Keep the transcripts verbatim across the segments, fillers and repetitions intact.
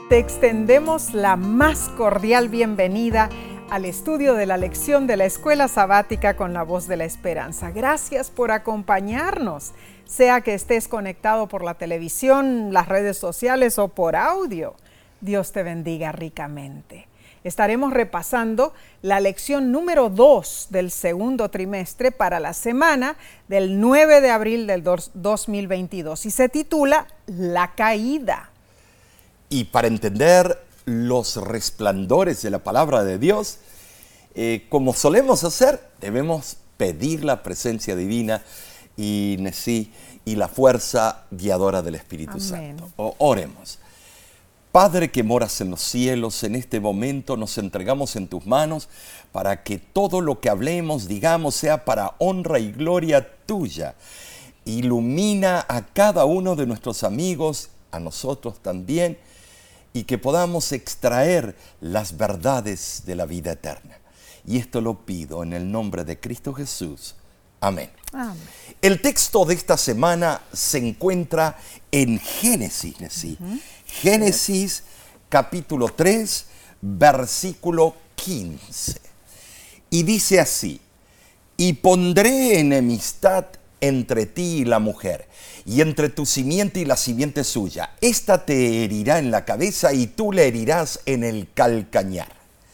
Te extendemos la más cordial bienvenida al estudio de la lección de la Escuela Sabática con la Voz de la Esperanza. Gracias por acompañarnos, sea que estés conectado por la televisión, las redes sociales o por audio. Dios te bendiga ricamente. Estaremos repasando la lección número dos del segundo trimestre para la semana del nueve de abril del dos mil veintidós y se titula La Caída. Y para entender los resplandores de la palabra de Dios, eh, como solemos hacer, debemos pedir la presencia divina y, sí, y la fuerza guiadora del Espíritu Amén. Santo. O, oremos. Padre que moras en los cielos, en este momento nos entregamos en tus manos para que todo lo que hablemos, digamos, sea para honra y gloria tuya. Ilumina a cada uno de nuestros amigos, a nosotros también, y que podamos extraer las verdades de la vida eterna. Y esto lo pido en el nombre de Cristo Jesús. Amén. Amén. El texto de esta semana se encuentra en Génesis, ¿sí? Uh-huh. Génesis capítulo tres, versículo quince. Y dice así: y pondré enemistad entre ti y la mujer, y entre tu simiente y la simiente suya. Esta te herirá en la cabeza y tú le herirás en el calcañar.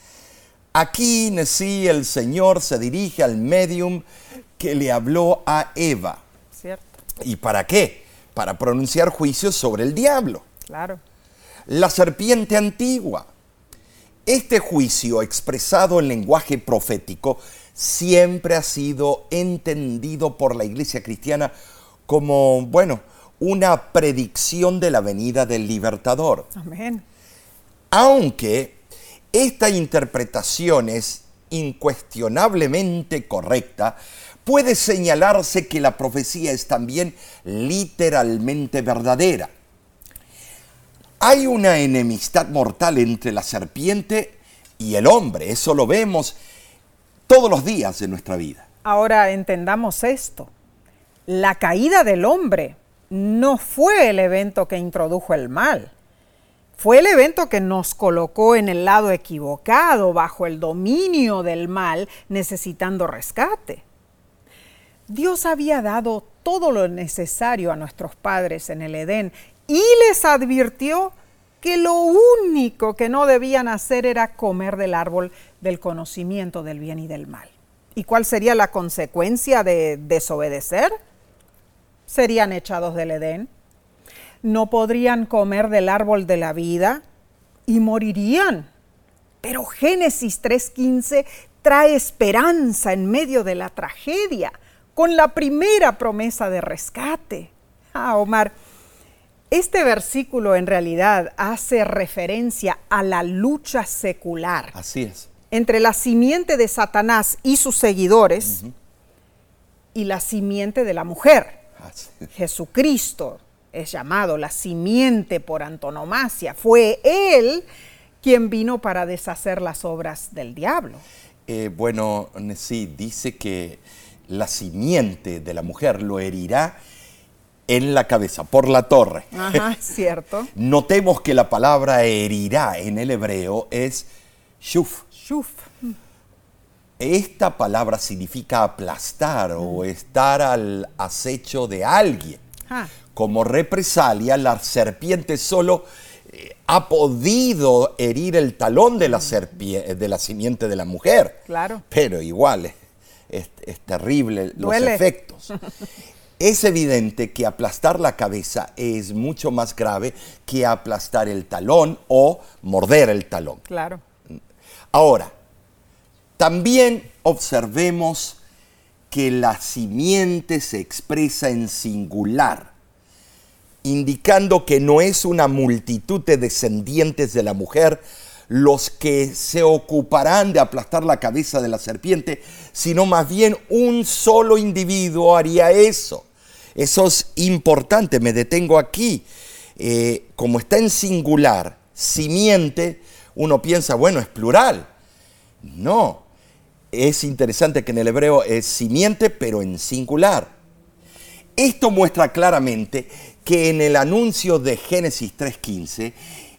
Aquí, sí, el Señor se dirige al médium que le habló a Eva. Cierto. ¿Y para qué? Para pronunciar juicios sobre el diablo. Claro. La serpiente antigua. Este juicio, expresado en lenguaje profético, siempre ha sido entendido por la Iglesia cristiana como, bueno, una predicción de la venida del Libertador. Amén. Aunque esta interpretación es incuestionablemente correcta, puede señalarse que la profecía es también literalmente verdadera. Hay una enemistad mortal entre la serpiente y el hombre. Eso lo vemos todos los días de nuestra vida. Ahora entendamos esto. La caída del hombre no fue el evento que introdujo el mal. Fue el evento que nos colocó en el lado equivocado, bajo el dominio del mal, necesitando rescate. Dios había dado todo lo necesario a nuestros padres en el Edén y les advirtió que lo único que no debían hacer era comer del árbol del conocimiento del bien y del mal. ¿Y cuál sería la consecuencia de desobedecer? Serían echados del Edén, no podrían comer del árbol de la vida y morirían. Pero Génesis tres quince trae esperanza en medio de la tragedia, con la primera promesa de rescate. Ah, Omar, este versículo en realidad hace referencia a la lucha secular. Así es. Entre la simiente de Satanás y sus seguidores uh-huh. y la simiente de la mujer. Así. Jesucristo es llamado la simiente por antonomasia. Fue Él quien vino para deshacer las obras del diablo. Eh, bueno, sí, dice que la simiente de la mujer lo herirá en la cabeza, por la torre. Ajá, cierto. Notemos que la palabra herirá en el hebreo es shuf. Shuf. Esta palabra significa aplastar mm. o estar al acecho de alguien. Ah. Como represalia, la serpiente solo eh, ha podido herir el talón de la, serpie- de la simiente de la mujer. Claro. Pero igual, es, es terrible los Duele. efectos. Es evidente que aplastar la cabeza es mucho más grave que aplastar el talón o morder el talón. Claro. Ahora, también observemos que la simiente se expresa en singular, indicando que no es una multitud de descendientes de la mujer los que se ocuparán de aplastar la cabeza de la serpiente, sino más bien un solo individuo haría eso. Eso es importante, me detengo aquí. Eh, como está en singular, simiente, uno piensa, bueno, es plural. No, es interesante que en el hebreo es simiente, pero en singular. Esto muestra claramente que en el anuncio de Génesis tres quince,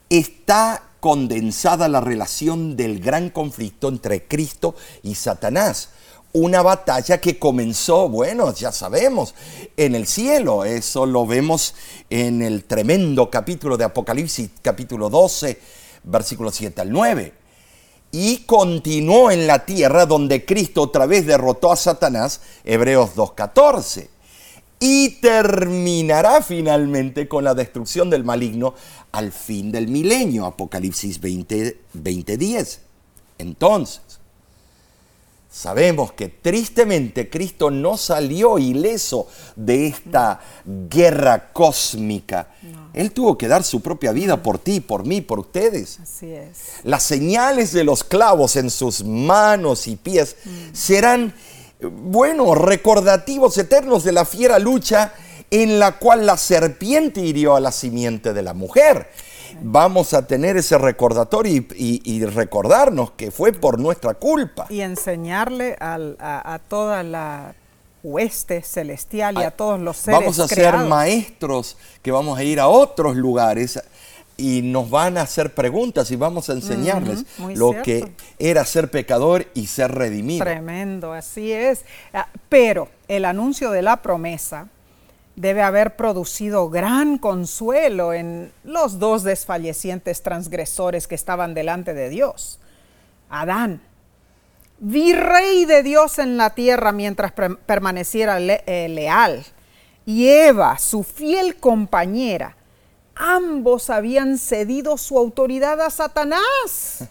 está condensada la relación del gran conflicto entre Cristo y Satanás. Una batalla que comenzó, bueno, ya sabemos, en el cielo. Eso lo vemos en el tremendo capítulo de Apocalipsis, capítulo doce, versículos siete al nueve. Y continuó en la tierra, donde Cristo otra vez derrotó a Satanás, Hebreos dos catorce. Y terminará finalmente con la destrucción del maligno al fin del milenio, Apocalipsis veinte, veinte diez. Entonces, sabemos que tristemente Cristo no salió ileso de esta guerra cósmica. No. Él tuvo que dar su propia vida por ti, por mí, por ustedes. Así es. Las señales de los clavos en sus manos y pies mm. serán, bueno, recordativos eternos de la fiera lucha en la cual la serpiente hirió a la simiente de la mujer. Vamos a tener ese recordatorio y, y, y recordarnos que fue por nuestra culpa. Y enseñarle al, a, a toda la hueste celestial y a, a todos los seres Vamos a creados. ser maestros que vamos a ir a otros lugares y nos van a hacer preguntas y vamos a enseñarles uh-huh, lo cierto. que era ser pecador y ser redimido. Tremendo, así es. Pero el anuncio de la promesa debe haber producido gran consuelo en los dos desfallecientes transgresores que estaban delante de Dios. Adán, virrey de Dios en la tierra mientras pre- permaneciera le- eh, leal, y Eva, su fiel compañera, ambos habían cedido su autoridad a Satanás.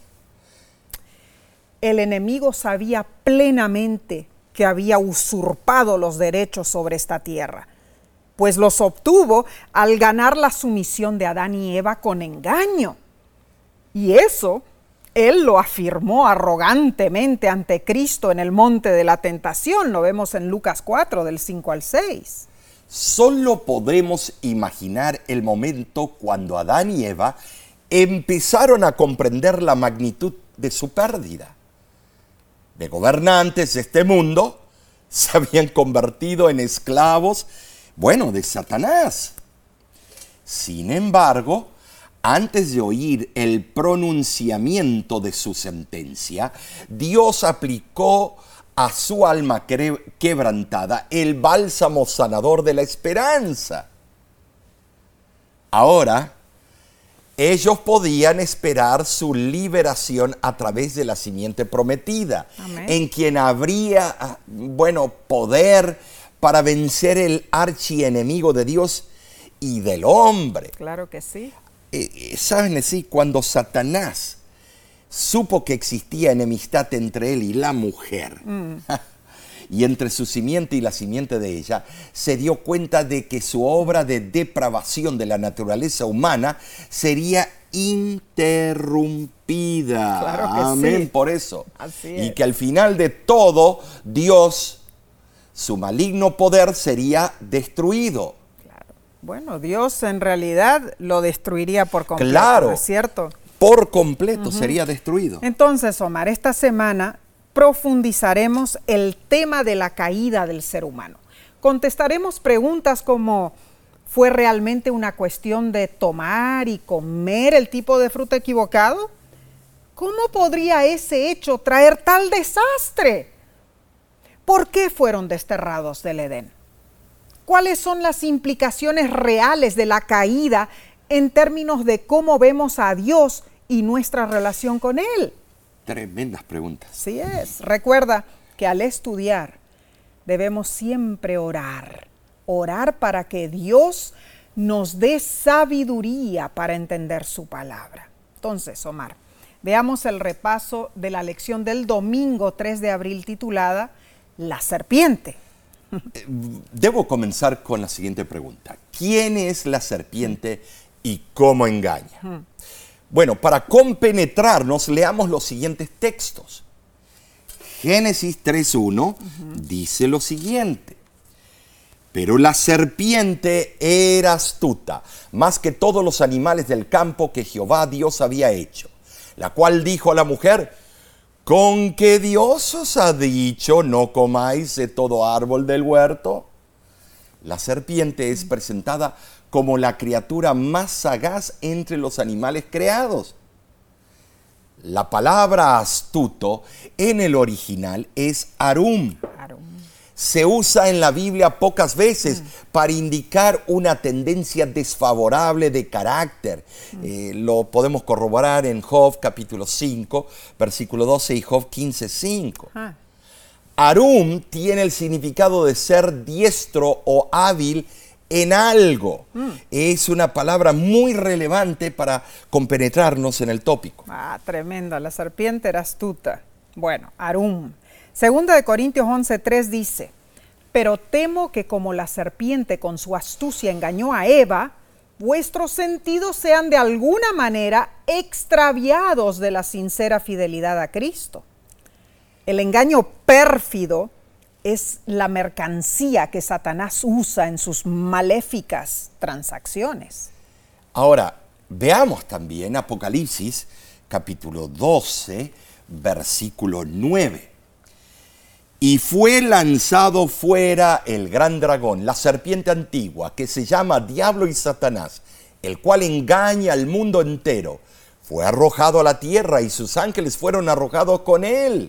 El enemigo sabía plenamente que había usurpado los derechos sobre esta tierra, pues los obtuvo al ganar la sumisión de Adán y Eva con engaño. Y eso él lo afirmó arrogantemente ante Cristo en el monte de la tentación. Lo vemos en Lucas cuatro, del cinco al seis. Solo podemos imaginar el momento cuando Adán y Eva empezaron a comprender la magnitud de su pérdida. De gobernantes de este mundo se habían convertido en esclavos, bueno, de Satanás. Sin embargo, antes de oír el pronunciamiento de su sentencia, Dios aplicó a su alma quebrantada el bálsamo sanador de la esperanza. Ahora, ellos podían esperar su liberación a través de la simiente prometida, Amén. En quien habría, bueno, poder para vencer el archienemigo de Dios y del hombre. Claro que sí. Eh, ¿Saben así? Cuando Satanás supo que existía enemistad entre él y la mujer, mm. y entre su simiente y la simiente de ella, se dio cuenta de que su obra de depravación de la naturaleza humana sería interrumpida. Claro que Amén, sí. por eso. Así y es. que al final de todo, Dios, su maligno poder sería destruido. Claro. Bueno, Dios en realidad lo destruiría por completo, Claro. ¿no es cierto? Por completo, uh-huh. sería destruido. Entonces, Omar, esta semana profundizaremos el tema de la caída del ser humano. Contestaremos preguntas como: ¿fue realmente una cuestión de tomar y comer el tipo de fruta equivocado? ¿Cómo podría ese hecho traer tal desastre? ¿Por qué fueron desterrados del Edén? ¿Cuáles son las implicaciones reales de la caída en términos de cómo vemos a Dios y nuestra relación con Él? Tremendas preguntas. Así es. Recuerda que al estudiar debemos siempre orar. Orar para que Dios nos dé sabiduría para entender su palabra. Entonces, Omar, veamos el repaso de la lección del domingo tres de abril titulada La serpiente. Debo comenzar con la siguiente pregunta. ¿Quién es la serpiente y cómo engaña? Uh-huh. Bueno, para compenetrarnos, leamos los siguientes textos. Génesis tres uno uh-huh. dice lo siguiente: pero la serpiente era astuta, más que todos los animales del campo que Jehová Dios había hecho, la cual dijo a la mujer: ¿con qué Dios os ha dicho no comáis de todo árbol del huerto? La serpiente es presentada como la criatura más sagaz entre los animales creados. La palabra astuto en el original es arum. Arum. Se usa en la Biblia pocas veces mm. para indicar una tendencia desfavorable de carácter. Mm. Eh, lo podemos corroborar en Job capítulo cinco, versículo doce y Job quince, cinco. Ah. Arum tiene el significado de ser diestro o hábil en algo. Mm. Es una palabra muy relevante para compenetrarnos en el tópico. Ah, tremenda. La serpiente era astuta. Bueno, arum. Segunda de Corintios once, tres dice, pero temo que como la serpiente con su astucia engañó a Eva, vuestros sentidos sean de alguna manera extraviados de la sincera fidelidad a Cristo. El engaño pérfido es la mercancía que Satanás usa en sus maléficas transacciones. Ahora, veamos también Apocalipsis, capítulo doce, versículo nueve. Y fue lanzado fuera el gran dragón, la serpiente antigua, que se llama Diablo y Satanás, el cual engaña al mundo entero. Fue arrojado a la tierra y sus ángeles fueron arrojados con él.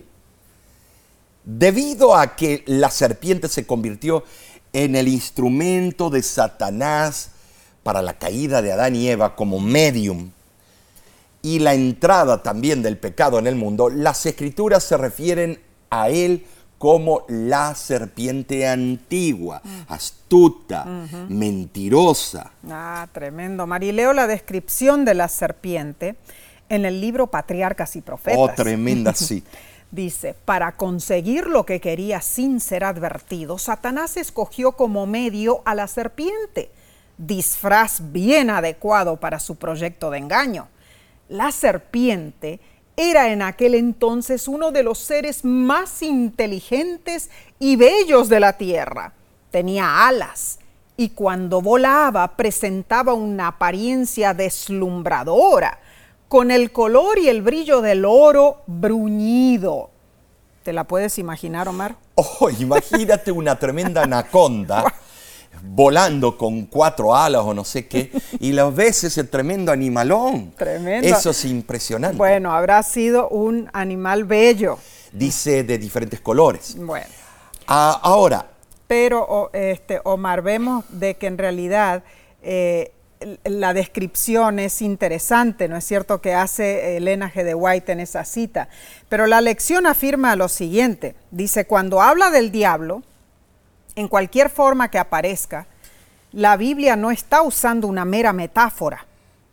Debido a que la serpiente se convirtió en el instrumento de Satanás para la caída de Adán y Eva como medium y la entrada también del pecado en el mundo, las escrituras se refieren a él como la serpiente antigua, mm. astuta, uh-huh. mentirosa. Ah, tremendo. Marileo, la descripción de la serpiente en el libro Patriarcas y Profetas. Oh, tremenda, sí. Dice, para conseguir lo que quería sin ser advertido, Satanás escogió como medio a la serpiente, disfraz bien adecuado para su proyecto de engaño. La serpiente era en aquel entonces uno de los seres más inteligentes y bellos de la tierra. Tenía alas y cuando volaba presentaba una apariencia deslumbradora, con el color y el brillo del oro bruñido. ¿Te la puedes imaginar, Omar? Oh, imagínate una tremenda anaconda volando con cuatro alas o no sé qué, y la ves ese tremendo animalón. Tremendo. Eso es impresionante. Bueno, habrá sido un animal bello. Dice de diferentes colores. Bueno. Ah, ahora. Pero, este, Omar, vemos de que en realidad eh, la descripción es interesante, ¿no es cierto?, que hace Elena G. de White en esa cita. Pero la lección afirma lo siguiente. Dice, cuando habla del diablo, en cualquier forma que aparezca, la Biblia no está usando una mera metáfora.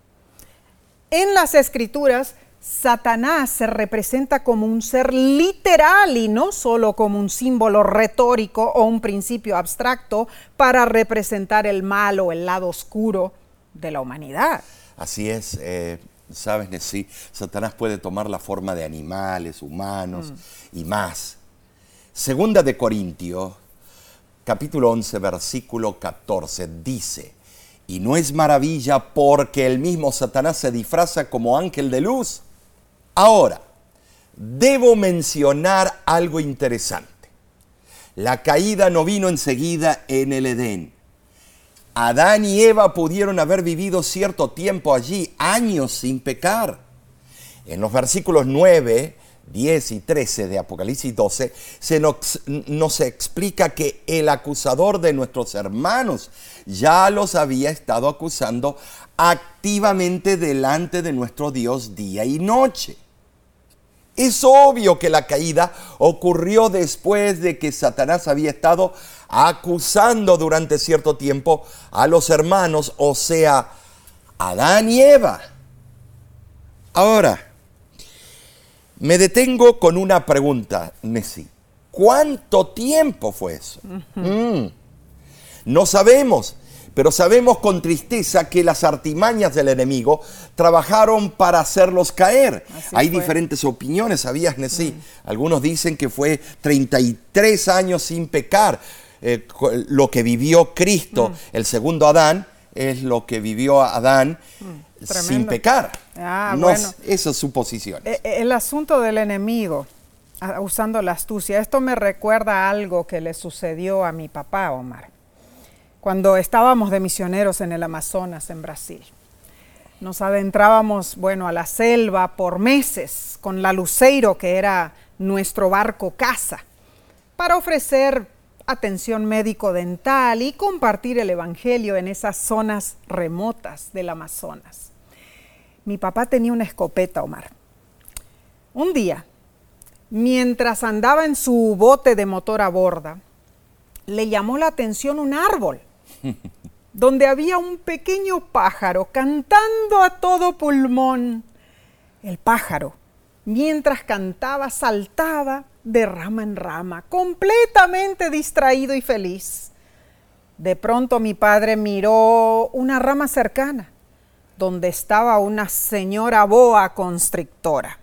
En las Escrituras, Satanás se representa como un ser literal y no solo como un símbolo retórico o un principio abstracto para representar el mal o el lado oscuro de la humanidad. Así es, eh, sabes, Nessie, Satanás puede tomar la forma de animales, humanos mm. y más. Segunda de Corintios, capítulo once, versículo catorce, dice, y no es maravilla porque el mismo Satanás se disfraza como ángel de luz. Ahora, debo mencionar algo interesante. La caída no vino enseguida en el Edén. Adán y Eva pudieron haber vivido cierto tiempo allí, años sin pecar. En los versículos nueve, diez y trece de Apocalipsis doce, se nos, nos explica que el acusador de nuestros hermanos ya los había estado acusando activamente delante de nuestro Dios día y noche. Es obvio que la caída ocurrió después de que Satanás había estado acusando durante cierto tiempo a los hermanos, o sea, Adán y Eva. Ahora, me detengo con una pregunta, Nessie. ¿Cuánto tiempo fue eso? Uh-huh. Mm. No sabemos, pero sabemos con tristeza que las artimañas del enemigo trabajaron para hacerlos caer. Así Hay fue. diferentes opiniones, ¿sabías, Nessie? Uh-huh. Algunos dicen que fue treinta y tres años sin pecar. Eh, lo que vivió Cristo, uh-huh. el segundo Adán, es lo que vivió Adán uh-huh. sin pecar. Ah, no, bueno. Esas suposiciones. El asunto del enemigo, usando la astucia, esto me recuerda a algo que le sucedió a mi papá, Omar. cuando estábamos de misioneros en el Amazonas, en Brasil. Nos adentrábamos, bueno, a la selva por meses con la Luceiro, que era nuestro barco casa, para ofrecer atención médico-dental y compartir el evangelio en esas zonas remotas del Amazonas. Mi papá tenía una escopeta, Omar. Un día, mientras andaba en su bote de motor a borda, le llamó la atención un árbol donde había un pequeño pájaro cantando a todo pulmón. El pájaro, mientras cantaba, saltaba de rama en rama, completamente distraído y feliz. De pronto mi padre miró una rama cercana, donde estaba una señora boa constrictora.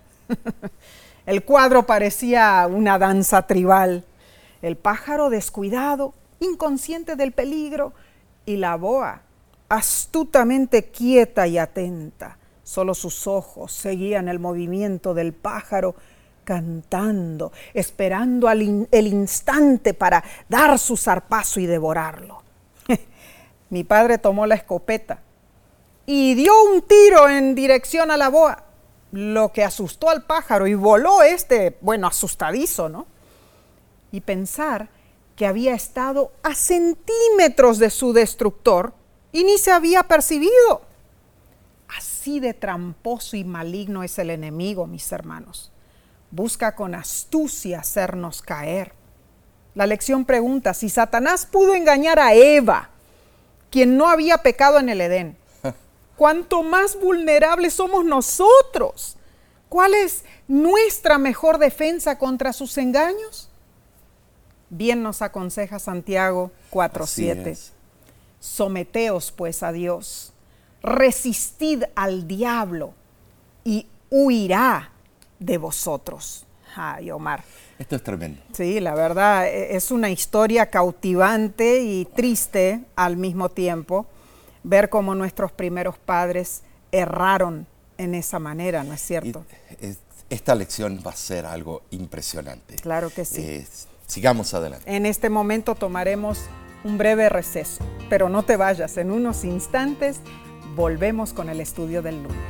El cuadro parecía una danza tribal. El pájaro descuidado, inconsciente del peligro, y la boa, astutamente quieta y atenta. Solo sus ojos seguían el movimiento del pájaro, cantando, esperando al in- el instante para dar su zarpazo y devorarlo. Mi padre tomó la escopeta y dio un tiro en dirección a la boa, lo que asustó al pájaro y voló este, bueno, asustadizo, ¿no? Y pensar que había estado a centímetros de su destructor y ni se había percibido. Así de tramposo y maligno es el enemigo, mis hermanos. Busca con astucia hacernos caer. La lección pregunta, si Satanás pudo engañar a Eva, quien no había pecado en el Edén, ¿cuánto más vulnerables somos nosotros? ¿Cuál es nuestra mejor defensa contra sus engaños? Bien nos aconseja Santiago cuatro siete. Someteos pues a Dios, resistid al diablo y huirá de vosotros. Ay, Omar. Esto es tremendo. Sí, la verdad, es una historia cautivante y triste al mismo tiempo, ver cómo nuestros primeros padres erraron en esa manera, ¿no es cierto? Y, es, esta lección va a ser algo impresionante. Claro que sí. Eh, sigamos adelante. En este momento tomaremos un breve receso, pero no te vayas, en unos instantes volvemos con el estudio del lunes.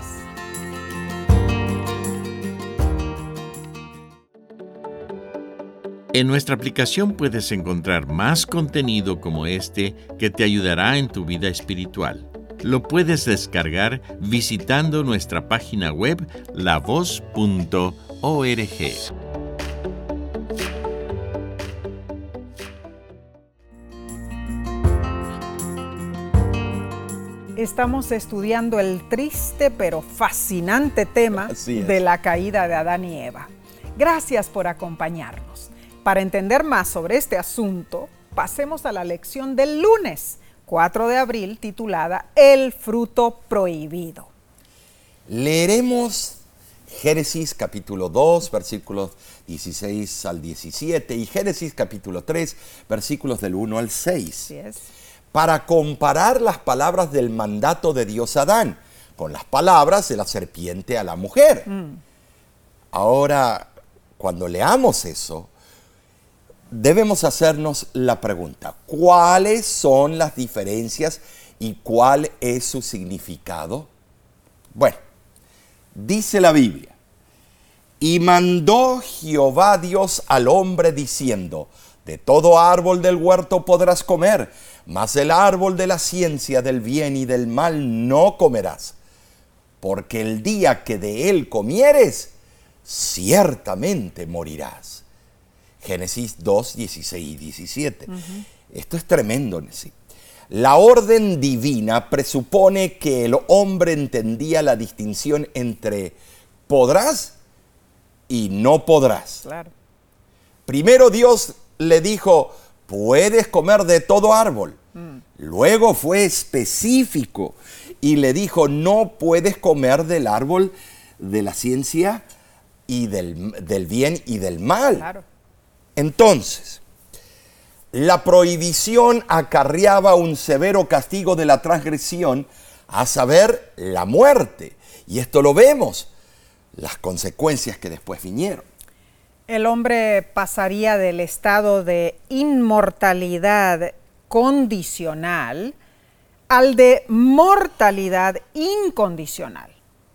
En nuestra aplicación puedes encontrar más contenido como este que te ayudará en tu vida espiritual. Lo puedes descargar visitando nuestra página web la voz punto org. Estamos estudiando el triste pero fascinante tema de la caída de Adán y Eva. Gracias por acompañarnos. Para entender más sobre este asunto, pasemos a la lección del lunes, cuatro de abril, titulada El fruto prohibido. Leeremos Génesis capítulo dos, versículos dieciséis al diecisiete y Génesis capítulo tres, versículos del uno al seis. Así es. Para comparar las palabras del mandato de Dios a Adán con las palabras de la serpiente a la mujer. Mm. Ahora, cuando leamos eso, debemos hacernos la pregunta, ¿cuáles son las diferencias y cuál es su significado? Bueno, dice la Biblia, y mandó Jehová Dios al hombre diciendo, de todo árbol del huerto podrás comer, mas el árbol de la ciencia del bien y del mal no comerás, porque el día que de él comieres, ciertamente morirás. Génesis dos, dieciséis y diecisiete. Uh-huh. Esto es tremendo, ¿sí? La orden divina presupone que el hombre entendía la distinción entre podrás y no podrás. Claro. Primero Dios le dijo, puedes comer de todo árbol. Mm. Luego fue específico y le dijo, no puedes comer del árbol de la ciencia y del, del bien y del mal. Claro. Entonces, la prohibición acarreaba un severo castigo de la transgresión, a saber, la muerte. Y esto lo vemos, las consecuencias que después vinieron. El hombre pasaría del estado de inmortalidad condicional al de mortalidad incondicional.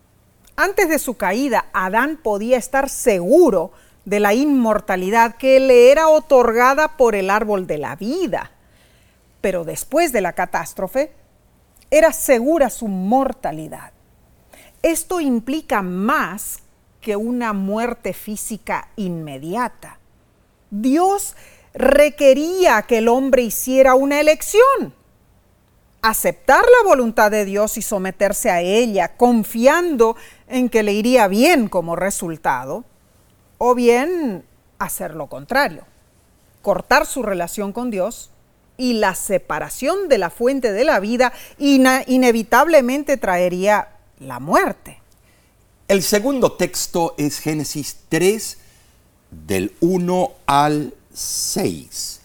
Antes de su caída, Adán podía estar seguro de la inmortalidad que le era otorgada por el árbol de la vida. Pero después de la catástrofe, era segura su mortalidad. Esto implica más que una muerte física inmediata. Dios requería que el hombre hiciera una elección: aceptar la voluntad de Dios y someterse a ella, confiando en que le iría bien como resultado, o bien hacer lo contrario, cortar su relación con Dios, y la separación de la fuente de la vida ina- inevitablemente traería la muerte. El segundo texto es Génesis tres, del uno al seis,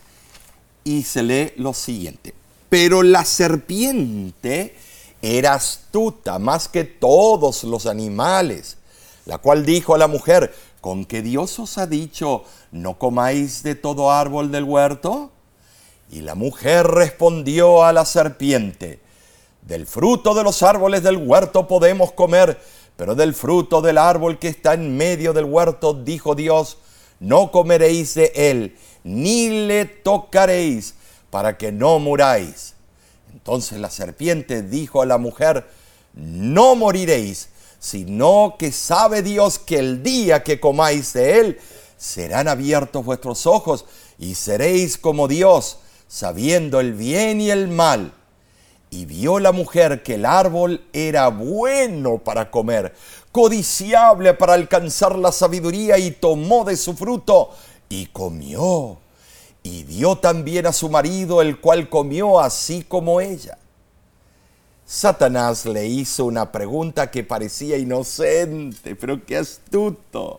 y se lee lo siguiente. Pero la serpiente era astuta más que todos los animales, la cual dijo a la mujer: ¿con qué Dios os ha dicho, no comáis de todo árbol del huerto? Y la mujer respondió a la serpiente: del fruto de los árboles del huerto podemos comer, pero del fruto del árbol que está en medio del huerto, dijo Dios, no comeréis de él, ni le tocaréis, para que no muráis. Entonces la serpiente dijo a la mujer: no moriréis, sino que sabe Dios que el día que comáis de él, serán abiertos vuestros ojos, y seréis como Dios, sabiendo el bien y el mal. Y vio la mujer que el árbol era bueno para comer, codiciable para alcanzar la sabiduría, y tomó de su fruto y comió. Y dio también a su marido, el cual comió así como ella. Satanás le hizo una pregunta que parecía inocente, pero qué astuto.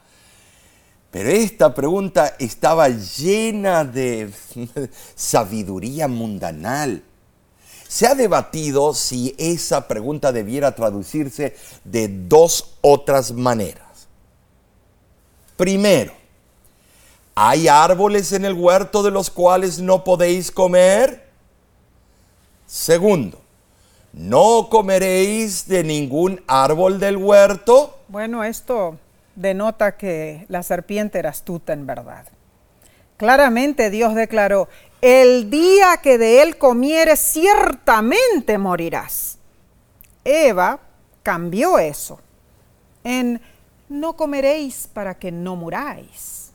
Pero esta pregunta estaba llena de sabiduría mundanal. Se ha debatido si esa pregunta debiera traducirse de dos otras maneras. Primero, ¿hay árboles en el huerto de los cuales no podéis comer? Segundo, ¿no comeréis de ningún árbol del huerto? Bueno, esto denota que la serpiente era astuta en verdad. Claramente Dios declaró: el día que de él comieres, ciertamente morirás. Eva cambió eso en no comeréis para que no muráis.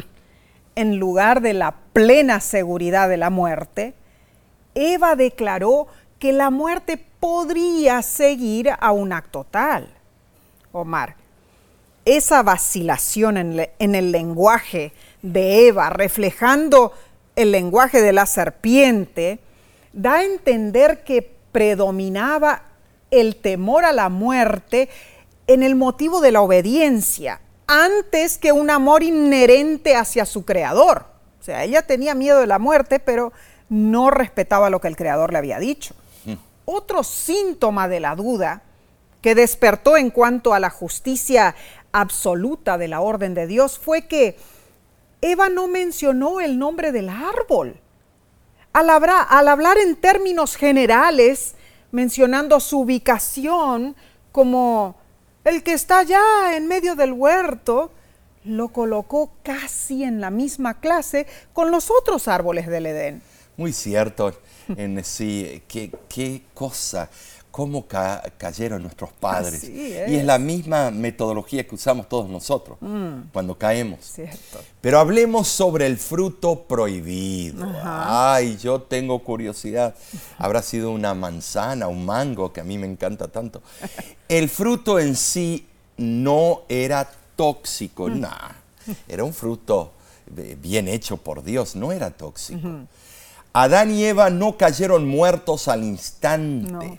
En lugar de la plena seguridad de la muerte, Eva declaró que la muerte podría seguir a un acto tal. Omar, esa vacilación en, le, en el lenguaje de Eva, reflejando el lenguaje de la serpiente, da a entender que predominaba el temor a la muerte en el motivo de la obediencia, antes que un amor inherente hacia su creador. O sea, ella tenía miedo de la muerte, pero no respetaba lo que el creador le había dicho. Mm. Otro síntoma de la duda que despertó en cuanto a la justicia absoluta de la orden de Dios fue que Eva no mencionó el nombre del árbol. Al hablar, al hablar en términos generales, mencionando su ubicación como el que está allá en medio del huerto, lo colocó casi en la misma clase con los otros árboles del Edén. Muy cierto, en sí, qué, qué cosa, cómo ca cayeron nuestros padres. Así es. Y es la misma metodología que usamos todos nosotros mm. cuando caemos. Cierto. Pero hablemos sobre el fruto prohibido. Ajá. Ay, yo tengo curiosidad. Habrá sido una manzana, un mango, que a mí me encanta tanto. El fruto en sí no era tóxico, mm. nah. Era un fruto bien hecho por Dios, no era tóxico. Uh-huh. Adán y Eva no cayeron muertos al instante. No.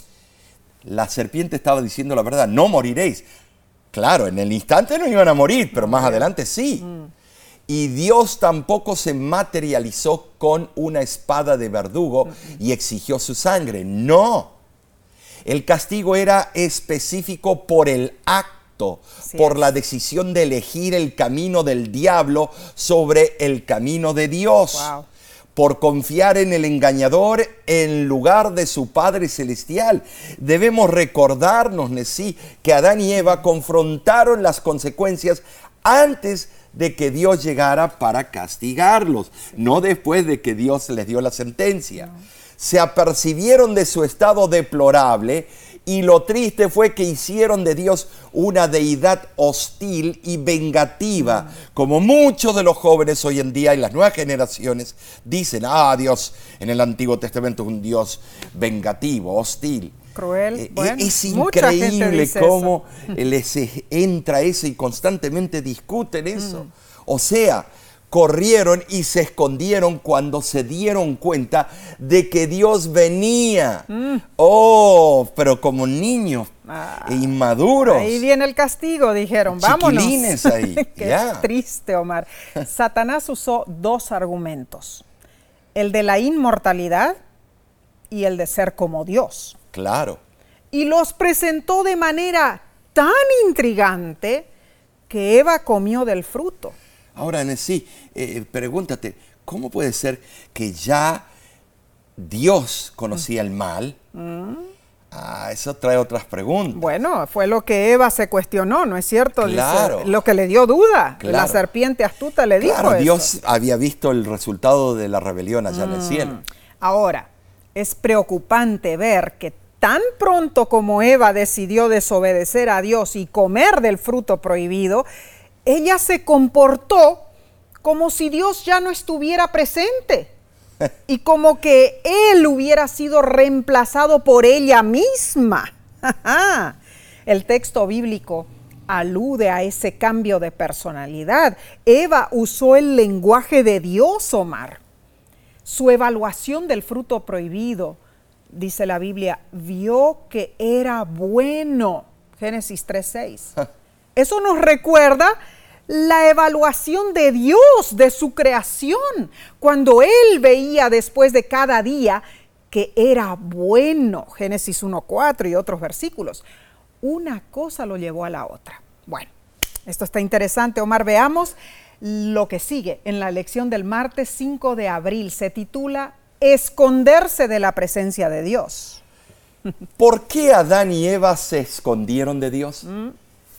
La serpiente estaba diciendo la verdad: no moriréis. Claro, en el instante no iban a morir, pero no, más adelante sí. Mm. Y Dios tampoco se materializó con una espada de verdugo mm. y exigió su sangre. No. El castigo era específico por el acto, sí, por es. la decisión de elegir el camino del diablo sobre el camino de Dios. Wow. por confiar en el engañador en lugar de su Padre Celestial. Debemos recordarnos, Nesí, que Adán y Eva confrontaron las consecuencias antes de que Dios llegara para castigarlos, no después de que Dios les dio la sentencia. No. Se apercibieron de su estado deplorable y lo triste fue que hicieron de Dios una deidad hostil y vengativa, mm. como muchos de los jóvenes hoy en día y las nuevas generaciones dicen, ah, Dios en el Antiguo Testamento es un Dios vengativo, hostil. Cruel. Eh, bueno, es increíble cómo les entra eso y constantemente discuten eso. Mm. O sea, corrieron y se escondieron cuando se dieron cuenta de que Dios venía. Mm. Oh, pero como niños ah, inmaduros. Ahí viene el castigo, dijeron, vámonos. Chiquilines ahí. Qué yeah. triste, Omar. Satanás usó dos argumentos, el de la inmortalidad y el de ser como Dios. Claro. Y los presentó de manera tan intrigante que Eva comió del fruto. Ahora, Nesí, eh, pregúntate, ¿cómo puede ser que ya Dios conocía mm. el mal? Mm. Ah, eso trae otras preguntas. Bueno, fue lo que Eva se cuestionó, ¿no es cierto? Claro. Dice, lo que le dio duda. Claro. La serpiente astuta le dijo claro, eso. Dios había visto el resultado de la rebelión allá mm. en el cielo. Ahora, es preocupante ver que tan pronto como Eva decidió desobedecer a Dios y comer del fruto prohibido, ella se comportó como si Dios ya no estuviera presente y como que Él hubiera sido reemplazado por ella misma. El texto bíblico alude a ese cambio de personalidad. Eva usó el lenguaje de Dios, Omar. Su evaluación del fruto prohibido, dice la Biblia, vio que era bueno. Génesis tres seis. Eso nos recuerda la evaluación de Dios, de su creación, cuando Él veía después de cada día que era bueno. Génesis uno cuatro y otros versículos. Una cosa lo llevó a la otra. Bueno, esto está interesante, Omar. Veamos lo que sigue en la lección del martes cinco de abril. Se titula Esconderse de la presencia de Dios. ¿Por qué Adán y Eva se escondieron de Dios? ¿Mm?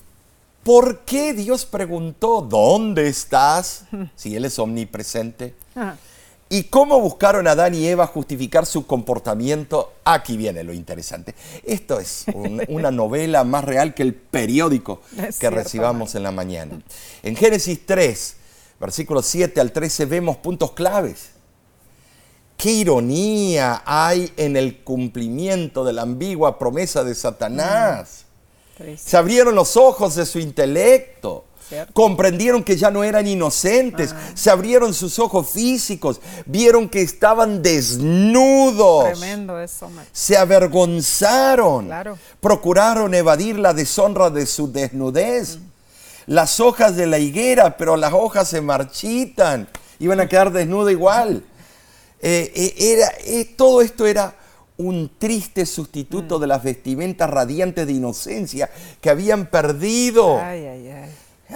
¿Por qué Dios preguntó, ¿dónde estás? Si Él es omnipresente. Ajá. ¿Y cómo buscaron Adán y Eva justificar su comportamiento? Aquí viene lo interesante. Esto es un, una novela más real que el periódico es que cierto, recibamos man. en la mañana. En Génesis tres, versículos siete al trece, vemos puntos claves. ¡Qué ironía hay en el cumplimiento de la ambigua promesa de Satanás! Mm. Se abrieron los ojos de su intelecto. ¿Cierto? Comprendieron que ya no eran inocentes, ah. se abrieron sus ojos físicos, vieron que estaban desnudos. Tremendo eso, man. Se avergonzaron, claro. procuraron evadir la deshonra de su desnudez. Mm. Las hojas de la higuera, pero las hojas se marchitan, iban a quedar desnudas igual. Eh, eh, era, eh, todo esto era un triste sustituto mm. de las vestimentas radiantes de inocencia que habían perdido. Ay, ay, ay.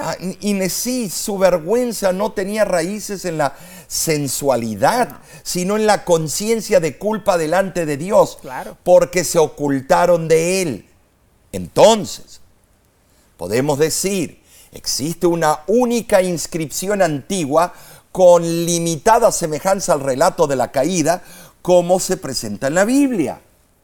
Inesí, su vergüenza no tenía raíces en la sensualidad, no. sino en la conciencia de culpa delante de Dios, claro. porque se ocultaron de Él. Entonces, podemos decir, existe una única inscripción antigua con limitada semejanza al relato de la caída, como se presenta en la Biblia.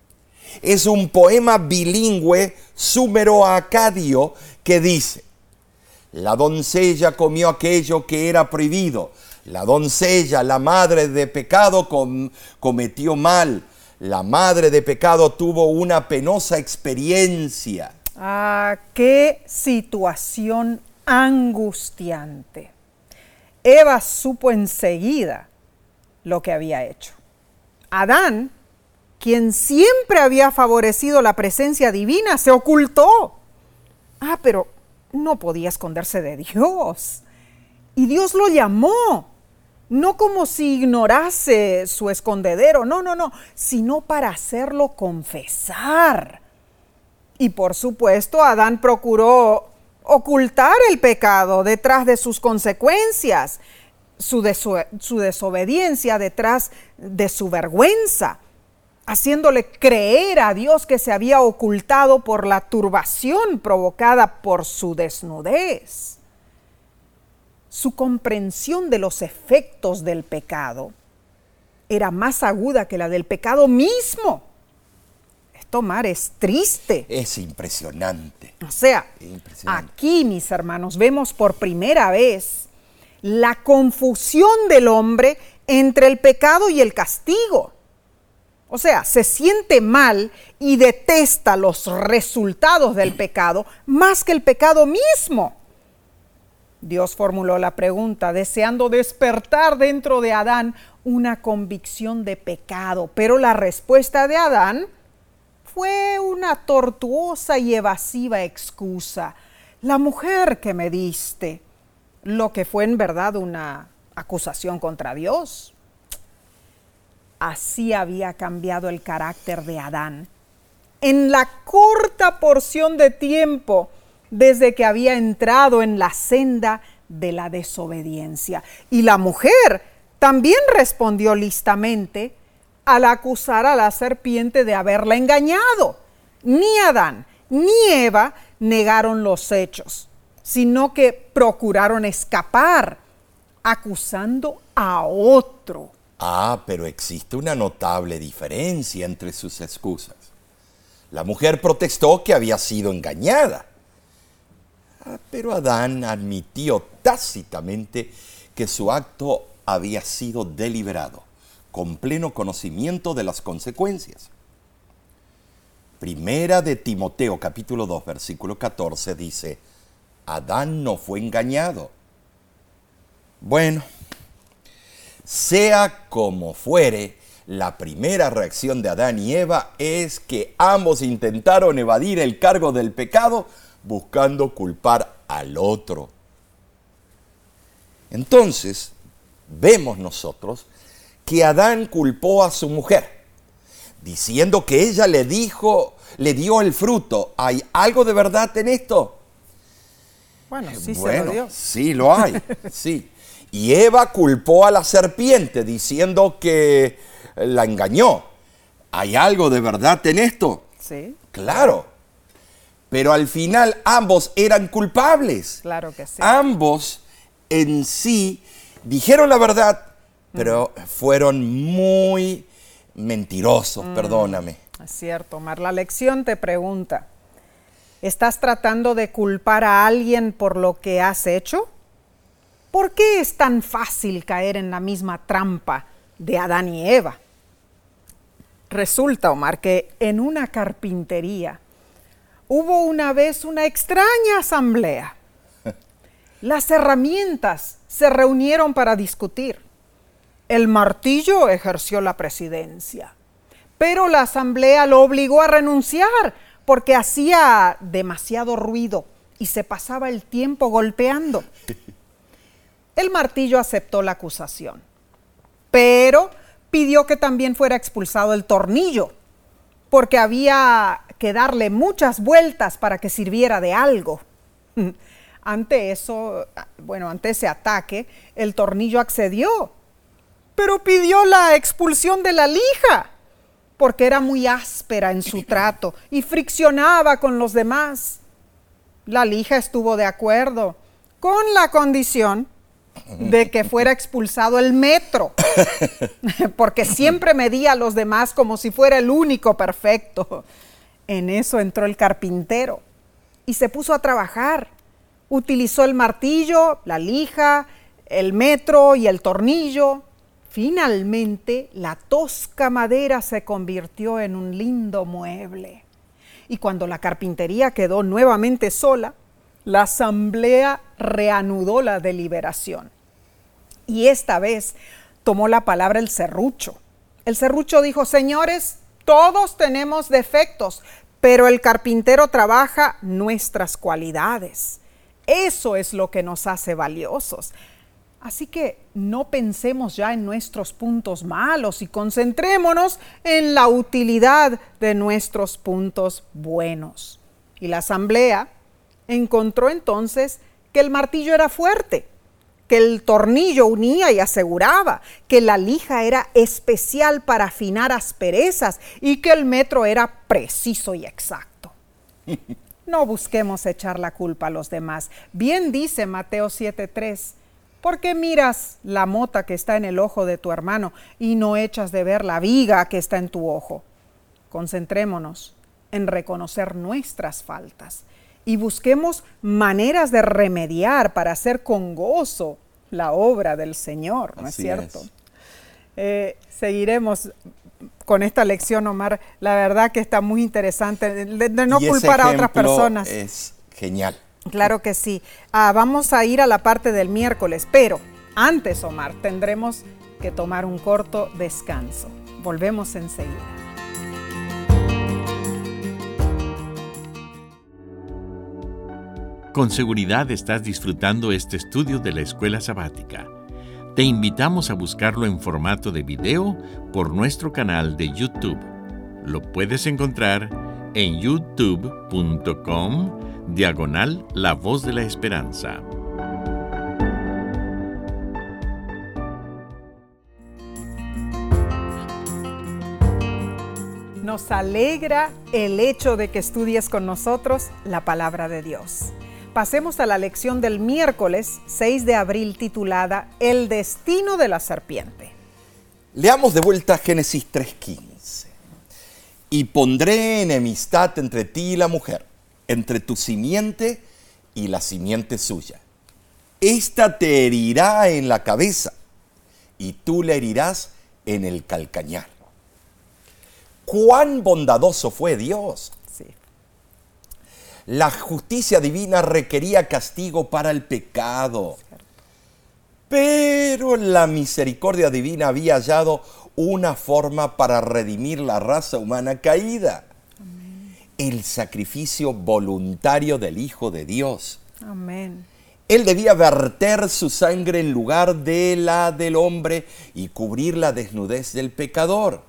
Es un poema bilingüe súmero-acadio que dice: la doncella comió aquello que era prohibido. La doncella, la madre de pecado, com- cometió mal. La madre de pecado tuvo una penosa experiencia. Ah, qué situación angustiante. Eva supo enseguida lo que había hecho. Adán, quien siempre había favorecido la presencia divina, se ocultó. Ah, pero no podía esconderse de Dios. Y Dios lo llamó, no como si ignorase su escondedero, no, no, no, sino para hacerlo confesar. Y por supuesto, Adán procuró ocultar el pecado detrás de sus consecuencias. su, deso- su desobediencia detrás de su vergüenza, haciéndole creer a Dios que se había ocultado por la turbación provocada por su desnudez. Su comprensión de los efectos del pecado era más aguda que la del pecado mismo. Esto, Mar, es triste. Es impresionante. O sea, Impresionante. aquí, mis hermanos, vemos por primera vez la confusión del hombre entre el pecado y el castigo. O sea, se siente mal y detesta los resultados del pecado más que el pecado mismo. Dios formuló la pregunta deseando despertar dentro de Adán una convicción de pecado, pero la respuesta de Adán fue una tortuosa y evasiva excusa. La mujer que me diste, lo que fue en verdad una acusación contra Dios. Así había cambiado el carácter de Adán en la corta porción de tiempo desde que había entrado en la senda de la desobediencia. Y la mujer también respondió listamente al acusar a la serpiente de haberla engañado. Ni Adán ni Eva negaron los hechos, sino que procuraron escapar, acusando a otro. Ah, pero existe una notable diferencia entre sus excusas. La mujer protestó que había sido engañada. Ah, pero Adán admitió tácitamente que su acto había sido deliberado, con pleno conocimiento de las consecuencias. Primera de Timoteo, capítulo dos, versículo catorce, dice, Adán no fue engañado. Bueno, sea como fuere, la primera reacción de Adán y Eva es que ambos intentaron evadir el cargo del pecado buscando culpar al otro. Entonces, vemos nosotros que Adán culpó a su mujer, diciendo que ella le dijo, le dio el fruto. ¿Hay algo de verdad en esto? Bueno, sí bueno, se lo dio. Sí, lo hay, sí. Y Eva culpó a la serpiente diciendo que la engañó. ¿Hay algo de verdad en esto? Sí. Claro. Pero al final ambos eran culpables. Claro que sí. Ambos en sí dijeron la verdad, pero mm. fueron muy mentirosos, mm. perdóname. Es cierto, Omar. La lección te pregunta, ¿estás tratando de culpar a alguien por lo que has hecho? ¿Por qué es tan fácil caer en la misma trampa de Adán y Eva? Resulta, Omar, que en una carpintería hubo una vez una extraña asamblea. Las herramientas se reunieron para discutir. El martillo ejerció la presidencia, pero la asamblea lo obligó a renunciar porque hacía demasiado ruido y se pasaba el tiempo golpeando. El martillo aceptó la acusación, pero pidió que también fuera expulsado el tornillo, porque había que darle muchas vueltas para que sirviera de algo. Ante eso, bueno, ante ese ataque, el tornillo accedió, pero pidió la expulsión de la lija, porque era muy áspera en su trato y friccionaba con los demás. La lija estuvo de acuerdo, con la condición de que fuera expulsado el metro, porque siempre medía a los demás como si fuera el único perfecto. En eso entró el carpintero y se puso a trabajar. Utilizó el martillo, la lija, el metro y el tornillo. Finalmente, la tosca madera se convirtió en un lindo mueble. Y cuando la carpintería quedó nuevamente sola, la asamblea reanudó la deliberación. Y esta vez tomó la palabra el serrucho. El serrucho dijo, señores, todos tenemos defectos, pero el carpintero trabaja nuestras cualidades. Eso es lo que nos hace valiosos. Así que no pensemos ya en nuestros puntos malos y concentrémonos en la utilidad de nuestros puntos buenos. Y la asamblea encontró entonces que el martillo era fuerte, que el tornillo unía y aseguraba, que la lija era especial para afinar asperezas y que el metro era preciso y exacto. No busquemos echar la culpa a los demás. Bien dice Mateo siete tres, ¿por qué miras la mota que está en el ojo de tu hermano y no echas de ver la viga que está en tu ojo? Concentrémonos en reconocer nuestras faltas y busquemos maneras de remediar para hacer con gozo la obra del Señor, ¿no es cierto? Es. Eh, seguiremos con esta lección, Omar. La verdad que está muy interesante, de, de no y culpar a otras personas. Es genial. Claro que sí. Ah, vamos a ir a la parte del miércoles, pero antes, Omar, tendremos que tomar un corto descanso. Volvemos enseguida. Con seguridad estás disfrutando este estudio de la Escuela Sabática. Te invitamos a buscarlo en formato de video por nuestro canal de YouTube. Lo puedes encontrar en youtube punto com diagonal La Voz de la Esperanza. Nos alegra el hecho de que estudies con nosotros la palabra de Dios. Pasemos a la lección del miércoles seis de abril titulada El destino de la serpiente. Leamos de vuelta Génesis tres quince. Y pondré enemistad entre ti y la mujer, entre tu simiente y la simiente suya. Esta te herirá en la cabeza y tú le herirás en el calcañar. ¡Cuán bondadoso fue Dios! Sí. La justicia divina requería castigo para el pecado. Cierto. Pero la misericordia divina había hallado una forma para redimir la raza humana caída. Amén. El sacrificio voluntario del Hijo de Dios. Amén. Él debía verter su sangre en lugar de la del hombre y cubrir la desnudez del pecador.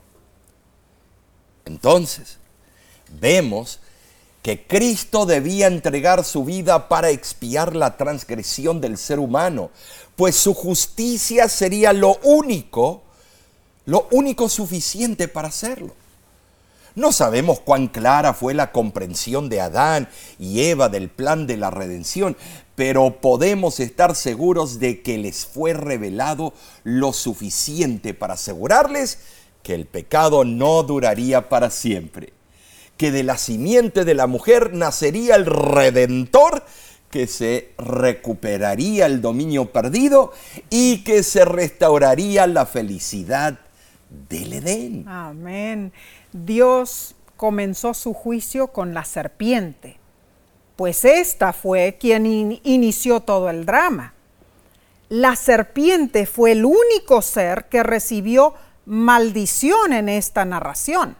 Entonces, vemos que Cristo debía entregar su vida para expiar la transgresión del ser humano, pues su justicia sería lo único, lo único suficiente para hacerlo. No sabemos cuán clara fue la comprensión de Adán y Eva del plan de la redención, pero podemos estar seguros de que les fue revelado lo suficiente para asegurarles que el pecado no duraría para siempre, que de la simiente de la mujer nacería el Redentor, que se recuperaría el dominio perdido y que se restauraría la felicidad del Edén. Amén. Dios comenzó su juicio con la serpiente, pues esta fue quien in- inició todo el drama. La serpiente fue el único ser que recibió maldición en esta narración.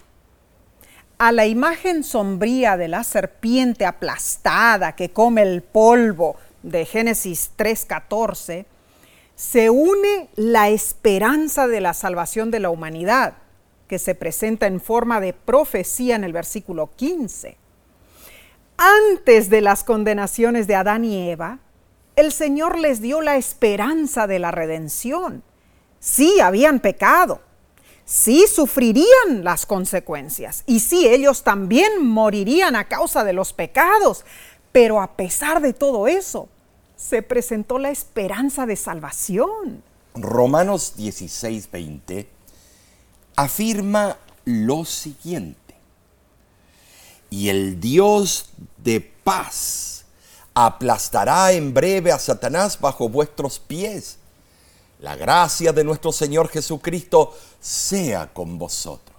A la imagen sombría de la serpiente aplastada que come el polvo de Génesis tres catorce, se une la esperanza de la salvación de la humanidad, que se presenta en forma de profecía en el versículo quince. Antes de las condenaciones de Adán y Eva, el Señor les dio la esperanza de la redención. Sí, habían pecado. Sí, sufrirían las consecuencias y sí, ellos también morirían a causa de los pecados, pero a pesar de todo eso, se presentó la esperanza de salvación. Romanos dieciséis veinte afirma lo siguiente: y el Dios de paz aplastará en breve a Satanás bajo vuestros pies. La gracia de nuestro Señor Jesucristo sea con vosotros.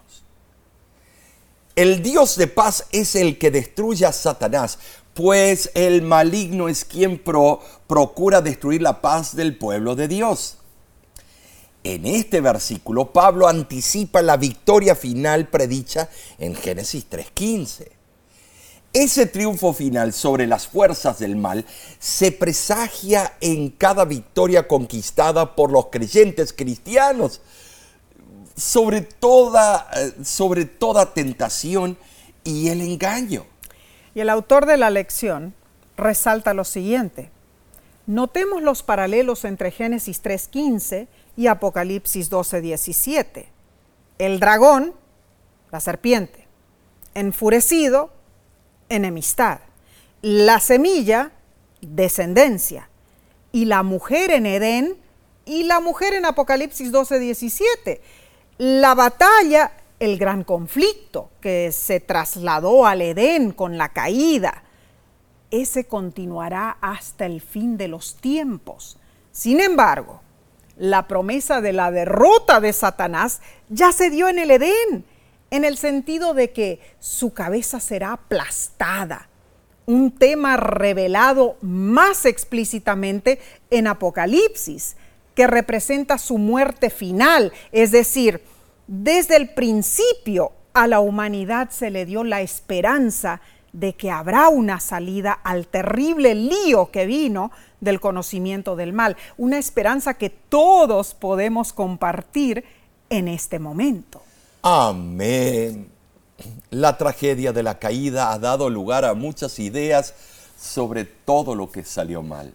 El Dios de paz es el que destruye a Satanás, pues el maligno es quien pro, procura destruir la paz del pueblo de Dios. En este versículo, Pablo anticipa la victoria final predicha en Génesis tres quince. Ese triunfo final sobre las fuerzas del mal se presagia en cada victoria conquistada por los creyentes cristianos sobre toda, sobre toda tentación y el engaño. Y el autor de la lección resalta lo siguiente: Notemos los paralelos entre Génesis tres quince y Apocalipsis doce diecisiete. El dragón, la serpiente, enfurecido, enemistad. La semilla, descendencia. Y la mujer en Edén y la mujer en Apocalipsis doce diecisiete. La batalla, el gran conflicto que se trasladó al Edén con la caída. Ese continuará hasta el fin de los tiempos. Sin embargo, la promesa de la derrota de Satanás ya se dio en el Edén, en el sentido de que su cabeza será aplastada. Un tema revelado más explícitamente en Apocalipsis, que representa su muerte final. Es decir, desde el principio a la humanidad se le dio la esperanza de que habrá una salida al terrible lío que vino del conocimiento del mal, una esperanza que todos podemos compartir en este momento. Amén. La tragedia de la caída ha dado lugar a muchas ideas sobre todo lo que salió mal.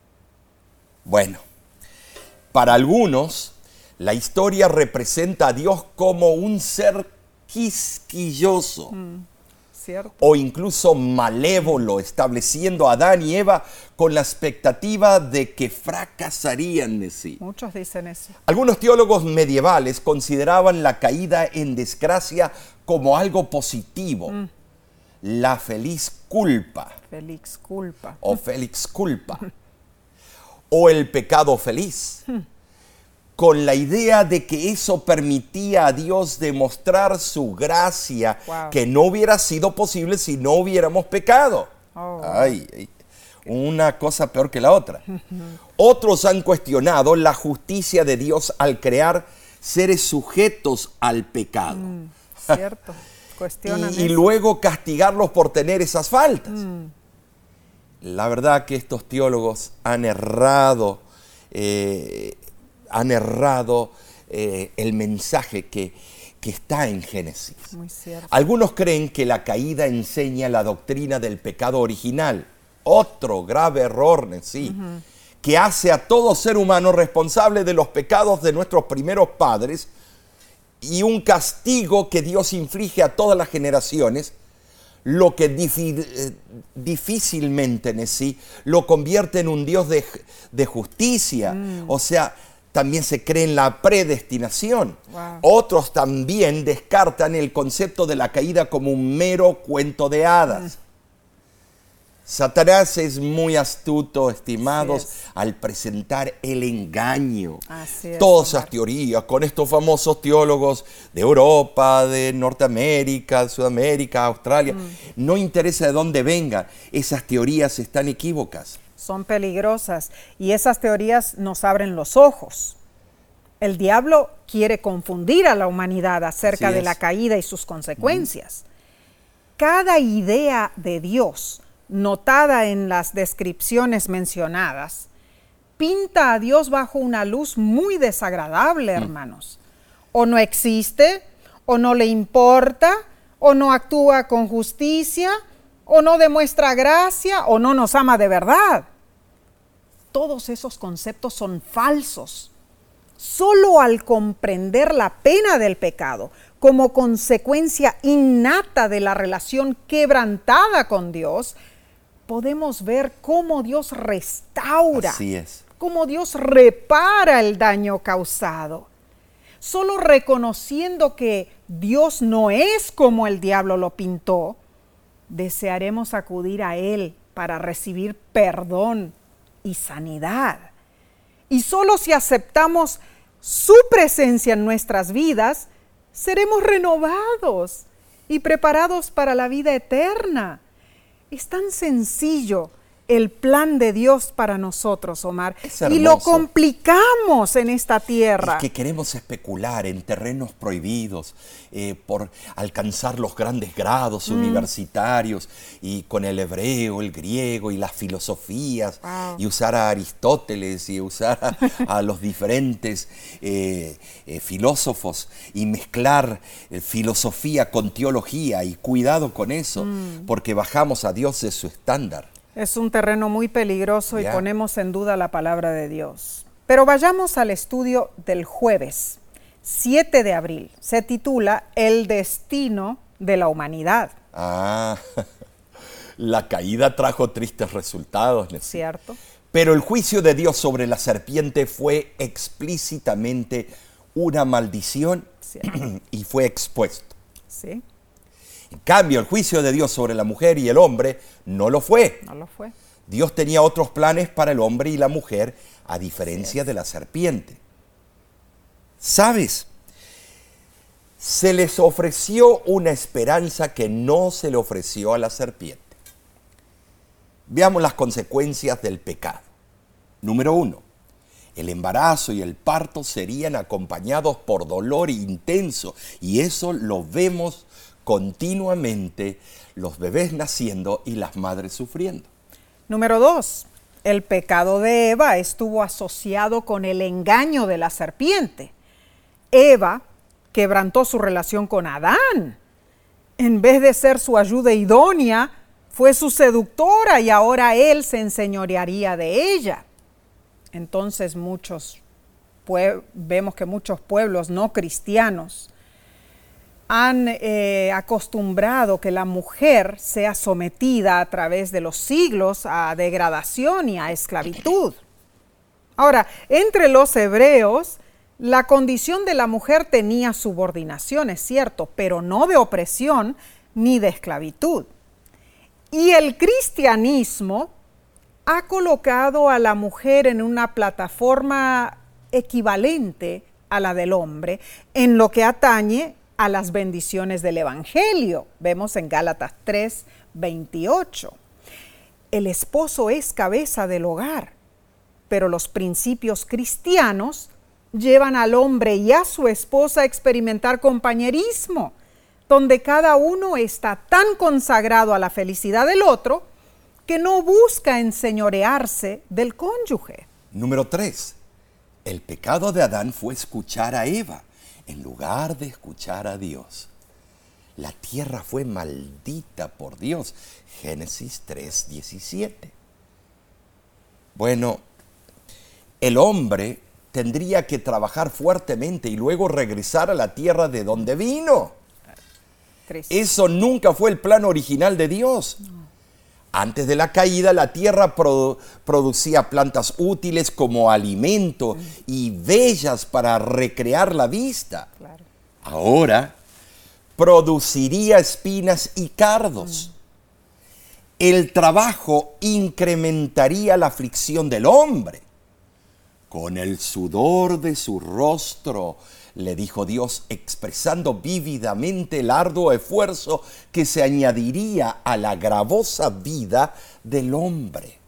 Bueno, para algunos, la historia representa a Dios como un ser quisquilloso. Mm. ¿Cierto? O incluso malévolo, estableciendo a Adán y Eva con la expectativa de que fracasarían de sí. Muchos dicen eso. Algunos teólogos medievales consideraban la caída en desgracia como algo positivo. Mm. La feliz culpa. Feliz culpa. O felix culpa. O el pecado feliz. Mm. Con la idea de que eso permitía a Dios demostrar su gracia, wow, que no hubiera sido posible si no hubiéramos pecado. Oh. Ay, ay, una cosa peor que la otra. Otros han cuestionado la justicia de Dios al crear seres sujetos al pecado. Mm, cierto, cuestionan y, y luego castigarlos por tener esas faltas. Mm. La verdad que estos teólogos han errado eh, han errado eh, el mensaje que, que está en Génesis. Muy cierto. Algunos creen que la caída enseña la doctrina del pecado original, otro grave error, sí, uh-huh, que hace a todo ser humano responsable de los pecados de nuestros primeros padres y un castigo que Dios inflige a todas las generaciones, lo que difi- eh, difícilmente, sí, lo convierte en un Dios de, de justicia. Mm. O sea, también se cree en la predestinación. Wow. Otros también descartan el concepto de la caída como un mero cuento de hadas. Mm. Satanás es muy astuto, estimados, al presentar el engaño. Así es, Todas esas teorías con estos famosos teólogos de Europa, de Norteamérica, de Sudamérica, Australia. Mm. No interesa de dónde vengan, esas teorías están equívocas. Son peligrosas y esas teorías nos abren los ojos. El diablo quiere confundir a la humanidad acerca de la caída y sus consecuencias. Mm. Cada idea de Dios notada en las descripciones mencionadas, pinta a Dios bajo una luz muy desagradable, hermanos. O no existe, o no le importa, o no actúa con justicia, o no demuestra gracia, o no nos ama de verdad. Todos esos conceptos son falsos. Solo al comprender la pena del pecado como consecuencia innata de la relación quebrantada con Dios, podemos ver cómo Dios restaura, Así es. cómo Dios repara el daño causado. Solo reconociendo que Dios no es como el diablo lo pintó, desearemos acudir a Él para recibir perdón y sanidad. Y solo si aceptamos su presencia en nuestras vidas, seremos renovados y preparados para la vida eterna. Es tan sencillo el plan de Dios para nosotros, Omar, y lo complicamos en esta tierra. Es que queremos especular en terrenos prohibidos eh, por alcanzar los grandes grados mm. universitarios y con el hebreo, el griego y las filosofías, wow. y usar a Aristóteles y usar a, a los diferentes eh, eh, filósofos y mezclar eh, filosofía con teología, y cuidado con eso, mm. porque bajamos a Dios de su estándar. Es un terreno muy peligroso y Ya. ponemos en duda la palabra de Dios. Pero vayamos al estudio del jueves, siete de abril. Se titula El destino de la humanidad. Ah, la caída trajo tristes resultados, Nessie. ¿Cierto? Pero el juicio de Dios sobre la serpiente fue explícitamente una maldición Cierto. y fue expuesto. Sí, En cambio, el juicio de Dios sobre la mujer y el hombre no lo fue. no lo fue. Dios tenía otros planes para el hombre y la mujer, a diferencia de la serpiente. ¿Sabes? Se les ofreció una esperanza que no se le ofreció a la serpiente. Veamos las consecuencias del pecado. Número uno, el embarazo y el parto serían acompañados por dolor intenso, y eso lo vemos continuamente, los bebés naciendo y las madres sufriendo. Número dos, el pecado de Eva estuvo asociado con el engaño de la serpiente. Eva quebrantó su relación con Adán. En vez de ser su ayuda idónea, fue su seductora y ahora él se enseñorearía de ella. Entonces muchos, pue- vemos que muchos pueblos no cristianos han eh, acostumbrado que la mujer sea sometida a través de los siglos a degradación y a esclavitud. Ahora, entre los hebreos, la condición de la mujer tenía subordinación, es cierto, pero no de opresión ni de esclavitud. Y el cristianismo ha colocado a la mujer en una plataforma equivalente a la del hombre en lo que atañe a las bendiciones del Evangelio. Vemos en Gálatas tres, veintiocho. El esposo es cabeza del hogar, pero los principios cristianos llevan al hombre y a su esposa a experimentar compañerismo, donde cada uno está tan consagrado a la felicidad del otro que no busca enseñorearse del cónyuge. Número tres, el pecado de Adán fue escuchar a Eva en lugar de escuchar a Dios. La tierra fue maldita por Dios. Génesis tres, diecisiete. Bueno, el hombre tendría que trabajar fuertemente y luego regresar a la tierra de donde vino. Triste. Eso nunca fue el plan original de Dios. Antes de la caída, la tierra produ- producía plantas útiles como alimento y bellas para recrear la vista. Claro. Ahora, produciría espinas y cardos. El trabajo incrementaría la aflicción del hombre. Con el sudor de su rostro, le dijo Dios, expresando vívidamente el arduo esfuerzo que se añadiría a la gravosa vida del hombre.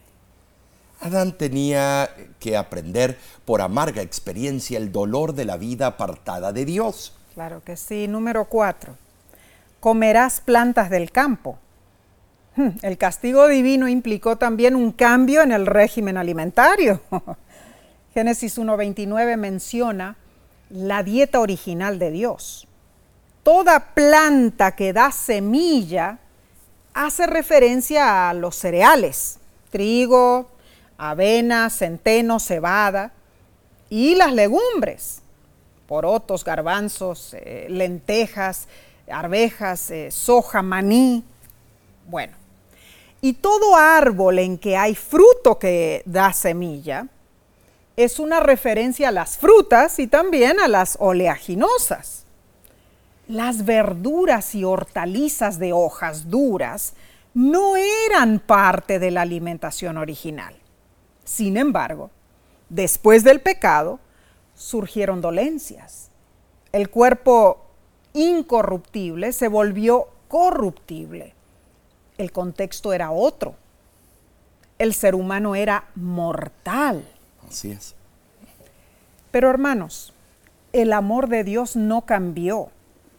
Adán tenía que aprender por amarga experiencia el dolor de la vida apartada de Dios. Claro que sí. Número cuatro. Comerás plantas del campo. Hmm, El castigo divino implicó también un cambio en el régimen alimentario. Génesis uno veintinueve menciona la dieta original de Dios. Toda planta que da semilla hace referencia a los cereales, trigo, avena, centeno, cebada, y las legumbres, porotos, garbanzos, eh, lentejas, arvejas, eh, soja, maní. Bueno, y todo árbol en que hay fruto que da semilla es una referencia a las frutas y también a las oleaginosas. Las verduras y hortalizas de hojas duras no eran parte de la alimentación original. Sin embargo, después del pecado, surgieron dolencias. El cuerpo incorruptible se volvió corruptible. El contexto era otro. El ser humano era mortal. Así es. Pero hermanos, el amor de Dios no cambió.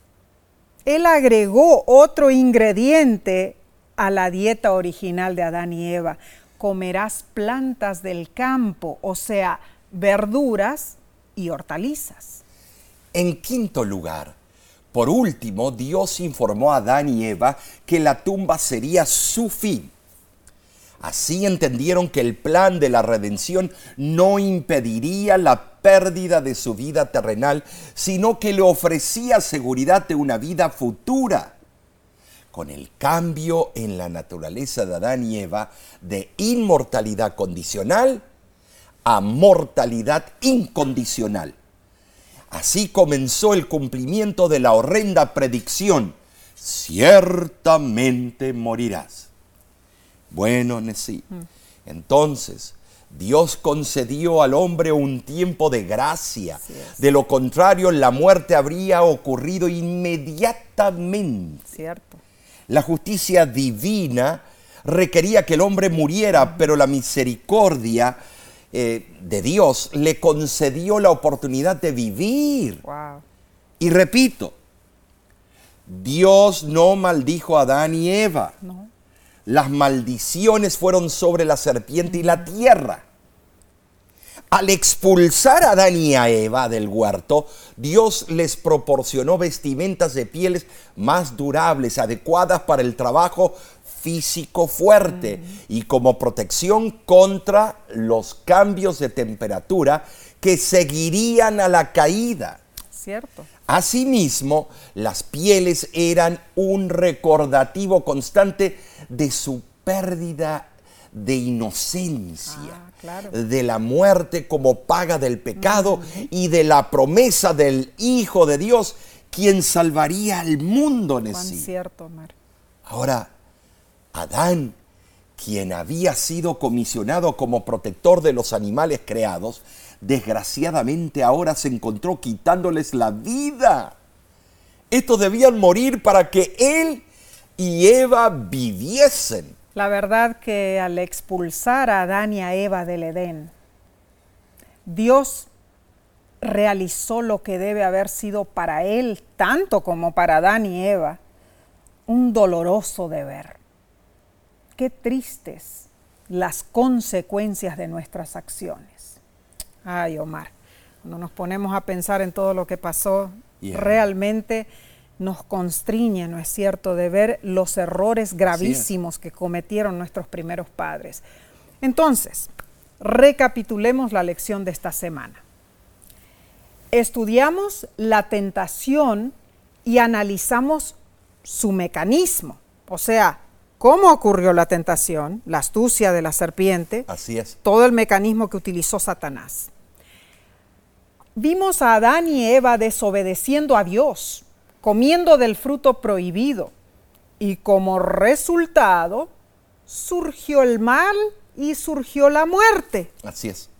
Él agregó otro ingrediente a la dieta original de Adán y Eva. Comerás plantas del campo, o sea, verduras y hortalizas. En quinto lugar, por último, Dios informó a Adán y Eva que la tumba sería su fin. Así entendieron que el plan de la redención no impediría la pérdida de su vida terrenal, sino que le ofrecía seguridad de una vida futura. Con el cambio en la naturaleza de Adán y Eva de inmortalidad condicional a mortalidad incondicional. Así comenzó el cumplimiento de la horrenda predicción: ciertamente morirás. Bueno, Nesí, entonces Dios concedió al hombre un tiempo de gracia. De lo contrario, la muerte habría ocurrido inmediatamente. Cierto. La justicia divina requería que el hombre muriera, pero la misericordia eh, de Dios le concedió la oportunidad de vivir. Wow. Y repito, Dios no maldijo a Adán y Eva. No. Las maldiciones fueron sobre la serpiente y la tierra. Al expulsar a Adán y a Eva del huerto, Dios les proporcionó vestimentas de pieles más durables, adecuadas para el trabajo físico fuerte mm. y como protección contra los cambios de temperatura que seguirían a la caída. Cierto. Asimismo, las pieles eran un recordativo constante de su pérdida de inocencia, ah, claro. de la muerte como paga del pecado uh-huh. y de la promesa del Hijo de Dios, quien salvaría al mundo en sí. Cierto, Omar. Ahora, Adán, quien había sido comisionado como protector de los animales creados, desgraciadamente ahora se encontró quitándoles la vida. Estos debían morir para que él y Eva viviesen. La verdad que al expulsar a Adán y a Eva del Edén, Dios realizó lo que debe haber sido para él, tanto como para Adán y Eva, un doloroso deber. Qué tristes las consecuencias de nuestras acciones. Ay, Omar, cuando nos ponemos a pensar en todo lo que pasó, yeah. realmente nos constriñe, ¿no es cierto?, de ver los errores gravísimos sí. que cometieron nuestros primeros padres. Entonces, recapitulemos la lección de esta semana. Estudiamos la tentación y analizamos su mecanismo, o sea, cómo ocurrió la tentación, la astucia de la serpiente, así es. Todo el mecanismo que utilizó Satanás. Vimos a Adán y Eva desobedeciendo a Dios, comiendo del fruto prohibido, y como resultado surgió el mal y surgió la muerte. Así es.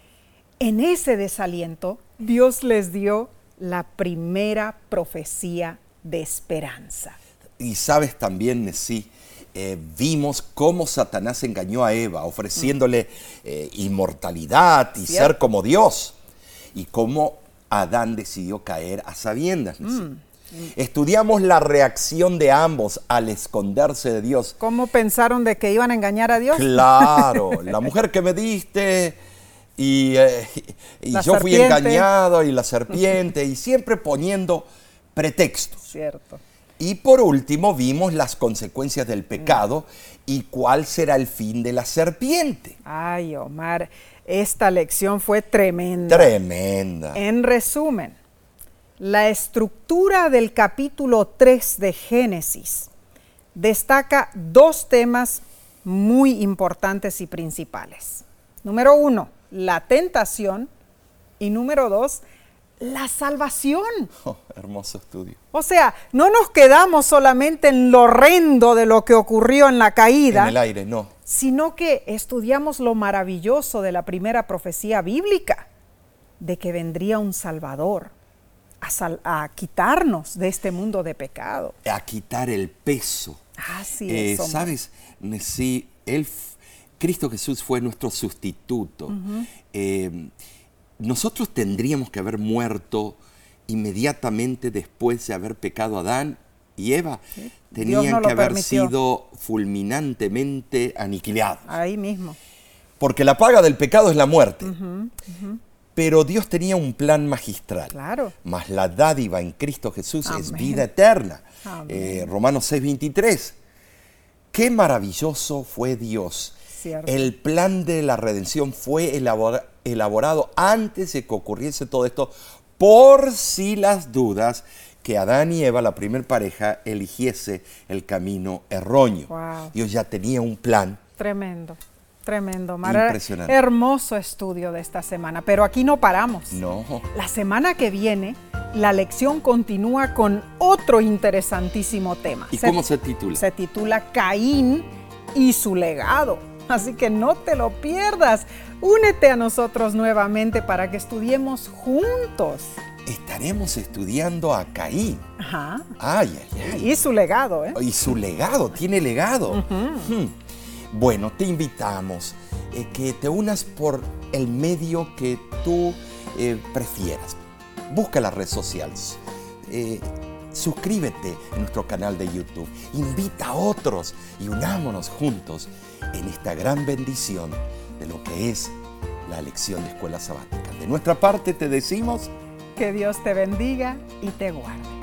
En ese desaliento, Dios les dio la primera profecía de esperanza. Y sabes también, Nesí, Eh, vimos cómo Satanás engañó a Eva, ofreciéndole eh, inmortalidad y ¿cierto? Ser como Dios. Y cómo Adán decidió caer a sabiendas. Mm. Estudiamos la reacción de ambos al esconderse de Dios. ¿Cómo pensaron de que iban a engañar a Dios? Claro, la mujer que me diste y, eh, y yo serpiente. Fui engañado y la serpiente y siempre poniendo pretextos. Cierto. Y por último vimos las consecuencias del pecado y cuál será el fin de la serpiente. Ay, Omar, esta lección fue tremenda. Tremenda. En resumen, la estructura del capítulo tres de Génesis destaca dos temas muy importantes y principales. Número uno, la tentación y número dos, la salvación. Oh, hermoso estudio. O sea, no nos quedamos solamente en lo horrendo de lo que ocurrió en la caída. En el aire, no. Sino que estudiamos lo maravilloso de la primera profecía bíblica, de que vendría un Salvador a, sal, a quitarnos de este mundo de pecado. A quitar el peso. Así eh, es. ¿Sabes? Sí, él, Cristo Jesús fue nuestro sustituto. Uh-huh. eh, Nosotros tendríamos que haber muerto inmediatamente después de haber pecado Adán y Eva. Sí. Tenían no que haber permitió. Sido fulminantemente aniquilados. Ahí mismo. Porque la paga del pecado es la muerte. Uh-huh, uh-huh. Pero Dios tenía un plan magistral. Claro. Mas la dádiva en Cristo Jesús Amén. Es vida eterna. Eh, Romanos seis veintitrés. Qué maravilloso fue Dios, Cierto. El plan de la redención fue elabora- elaborado antes de que ocurriese todo esto, por si las dudas que Adán y Eva, la primer pareja, eligiese el camino erróneo. Wow. Dios ya tenía un plan. Tremendo, tremendo. Mara, Impresionante. hermoso estudio de esta semana, pero aquí no paramos. No. La semana que viene, la lección continúa con otro interesantísimo tema. ¿Y cómo se titula? Se titula Caín y su legado. Así que no te lo pierdas. Únete a nosotros nuevamente para que estudiemos juntos. Estaremos estudiando a Caín. Ajá. Ay, ay, ay. Y su legado, ¿eh? Y su legado, tiene legado. Uh-huh. Hmm. Bueno, te invitamos eh, que te unas por el medio que tú eh, prefieras. Busca las redes sociales. Eh, suscríbete en nuestro canal de YouTube. Invita a otros y unámonos juntos en esta gran bendición de lo que es la lección de escuela sabática. De nuestra parte te decimos que Dios te bendiga y te guarde.